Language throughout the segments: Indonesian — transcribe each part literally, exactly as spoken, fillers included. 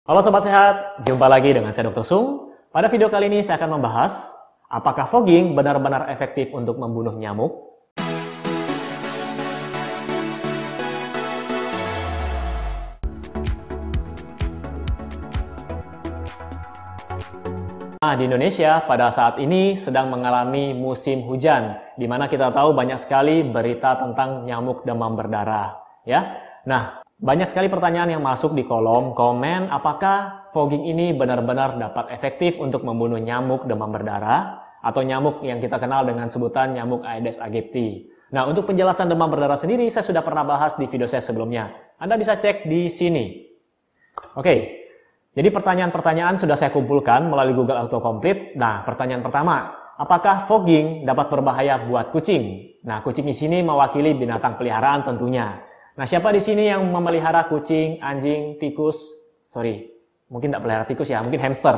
Halo Sobat Sehat, jumpa lagi dengan saya dokter Sung. Pada video kali ini saya akan membahas apakah fogging benar-benar efektif untuk membunuh nyamuk. Nah, di Indonesia pada saat ini sedang mengalami musim hujan, di mana kita tahu banyak sekali berita tentang nyamuk demam berdarah. Ya, nah banyak sekali pertanyaan yang masuk di kolom komen, apakah fogging ini benar-benar dapat efektif untuk membunuh nyamuk demam berdarah atau nyamuk yang kita kenal dengan sebutan nyamuk Aedes aegypti. Nah, untuk penjelasan demam berdarah sendiri saya sudah pernah bahas di video saya sebelumnya. Anda bisa cek di sini. Oke. Jadi pertanyaan-pertanyaan sudah saya kumpulkan melalui Google Autocomplete. Nah, pertanyaan pertama, apakah fogging dapat berbahaya buat kucing? Nah, kucing di sini mewakili binatang peliharaan tentunya. Nah, siapa di sini yang memelihara kucing, anjing, tikus? Sorry, mungkin tidak pelihara tikus ya, mungkin hamster.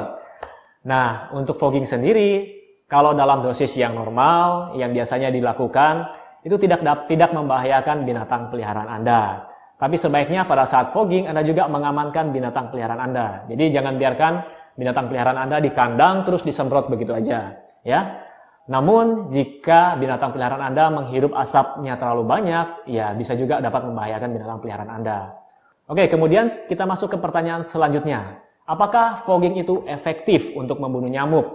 Nah, untuk fogging sendiri, kalau dalam dosis yang normal, yang biasanya dilakukan, itu tidak tidak membahayakan binatang peliharaan Anda. Tapi sebaiknya pada saat fogging Anda juga mengamankan binatang peliharaan Anda. Jadi jangan biarkan binatang peliharaan Anda di kandang terus disemprot begitu aja, ya. Namun jika binatang peliharaan Anda menghirup asapnya terlalu banyak, ya bisa juga dapat membahayakan binatang peliharaan Anda. Oke, kemudian kita masuk ke pertanyaan selanjutnya. Apakah fogging itu efektif untuk membunuh nyamuk?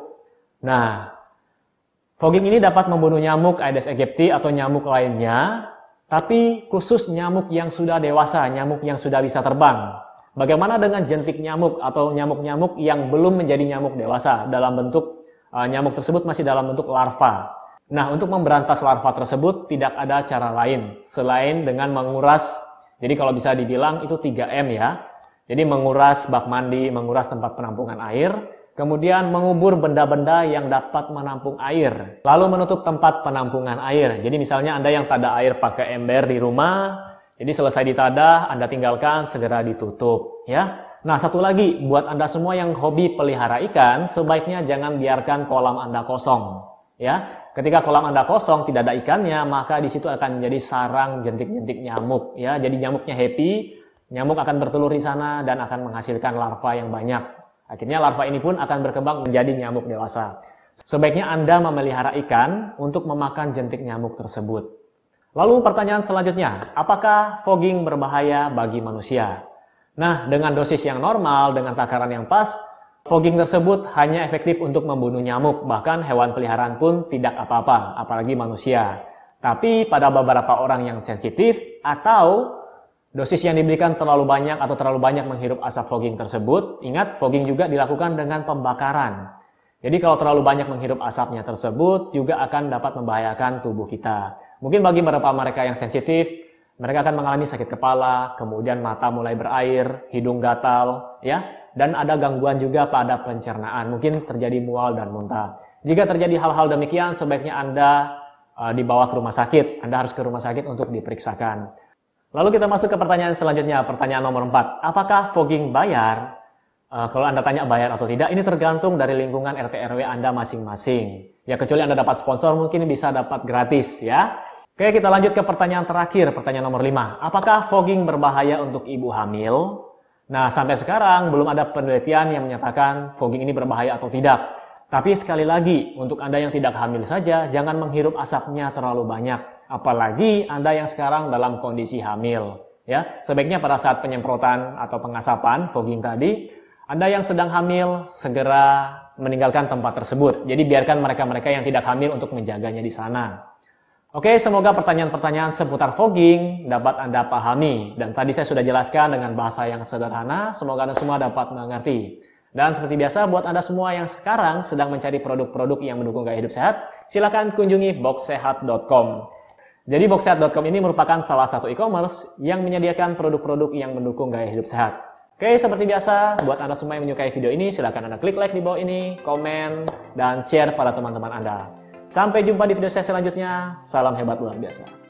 Nah, fogging ini dapat membunuh nyamuk Aedes aegypti atau nyamuk lainnya, tapi khusus nyamuk yang sudah dewasa, nyamuk yang sudah bisa terbang. Bagaimana dengan jentik nyamuk atau nyamuk-nyamuk yang belum menjadi nyamuk dewasa dalam bentuk uh, nyamuk tersebut masih dalam bentuk larva. Nah, untuk memberantas larva tersebut tidak ada cara lain selain dengan menguras. Jadi kalau bisa dibilang itu tiga M ya. Jadi menguras bak mandi, menguras tempat penampungan air, kemudian mengubur benda-benda yang dapat menampung air, lalu menutup tempat penampungan air. Jadi misalnya Anda yang tada air pakai ember di rumah, jadi selesai ditadah, Anda tinggalkan, segera ditutup. Ya. Nah, satu lagi, buat Anda semua yang hobi pelihara ikan, sebaiknya jangan biarkan kolam Anda kosong. Ya. Ketika kolam Anda kosong, tidak ada ikannya, maka di situ akan menjadi sarang jentik-jentik nyamuk. Ya. Jadi nyamuknya happy, nyamuk akan bertelur di sana dan akan menghasilkan larva yang banyak. Akhirnya larva ini pun akan berkembang menjadi nyamuk dewasa. Sebaiknya Anda memelihara ikan untuk memakan jentik nyamuk tersebut. Lalu pertanyaan selanjutnya, apakah fogging berbahaya bagi manusia? Nah, dengan dosis yang normal, dengan takaran yang pas, fogging tersebut hanya efektif untuk membunuh nyamuk. Bahkan hewan peliharaan pun tidak apa-apa, apalagi manusia. Tapi pada beberapa orang yang sensitif atau dosis yang diberikan terlalu banyak atau terlalu banyak menghirup asap fogging tersebut, ingat fogging juga dilakukan dengan pembakaran. Jadi kalau terlalu banyak menghirup asapnya tersebut juga akan dapat membahayakan tubuh kita. Mungkin bagi beberapa mereka yang sensitif, mereka akan mengalami sakit kepala, kemudian mata mulai berair, hidung gatal, ya, dan ada gangguan juga pada pencernaan, mungkin terjadi mual dan muntah. Jika terjadi hal-hal demikian, sebaiknya Anda uh, dibawa ke rumah sakit. Anda harus ke rumah sakit untuk diperiksakan. Lalu kita masuk ke pertanyaan selanjutnya, pertanyaan nomor empat. Apakah fogging bayar? Uh, kalau Anda tanya bayar atau tidak, ini tergantung dari lingkungan R T R W Anda masing-masing. Ya, kecuali Anda dapat sponsor, mungkin bisa dapat gratis ya. Oke, kita lanjut ke pertanyaan terakhir, pertanyaan nomor lima. Apakah fogging berbahaya untuk ibu hamil? Nah, sampai sekarang belum ada penelitian yang menyatakan fogging ini berbahaya atau tidak. Tapi sekali lagi, untuk Anda yang tidak hamil saja, jangan menghirup asapnya terlalu banyak. Apalagi Anda yang sekarang dalam kondisi hamil. Ya, sebaiknya pada saat penyemprotan atau pengasapan fogging tadi, Anda yang sedang hamil segera meninggalkan tempat tersebut. Jadi biarkan mereka-mereka yang tidak hamil untuk menjaganya di sana. Oke, semoga pertanyaan-pertanyaan seputar fogging dapat Anda pahami. Dan tadi saya sudah jelaskan dengan bahasa yang sederhana, semoga Anda semua dapat mengerti. Dan seperti biasa, buat Anda semua yang sekarang sedang mencari produk-produk yang mendukung gaya hidup sehat, silakan kunjungi box sehat dot com. Jadi box sehat dot com ini merupakan salah satu e-commerce yang menyediakan produk-produk yang mendukung gaya hidup sehat. Oke, seperti biasa, buat Anda semua yang menyukai video ini, silakan Anda klik like di bawah ini, komen, dan share pada teman-teman Anda. Sampai jumpa di video saya selanjutnya. Salam hebat luar biasa.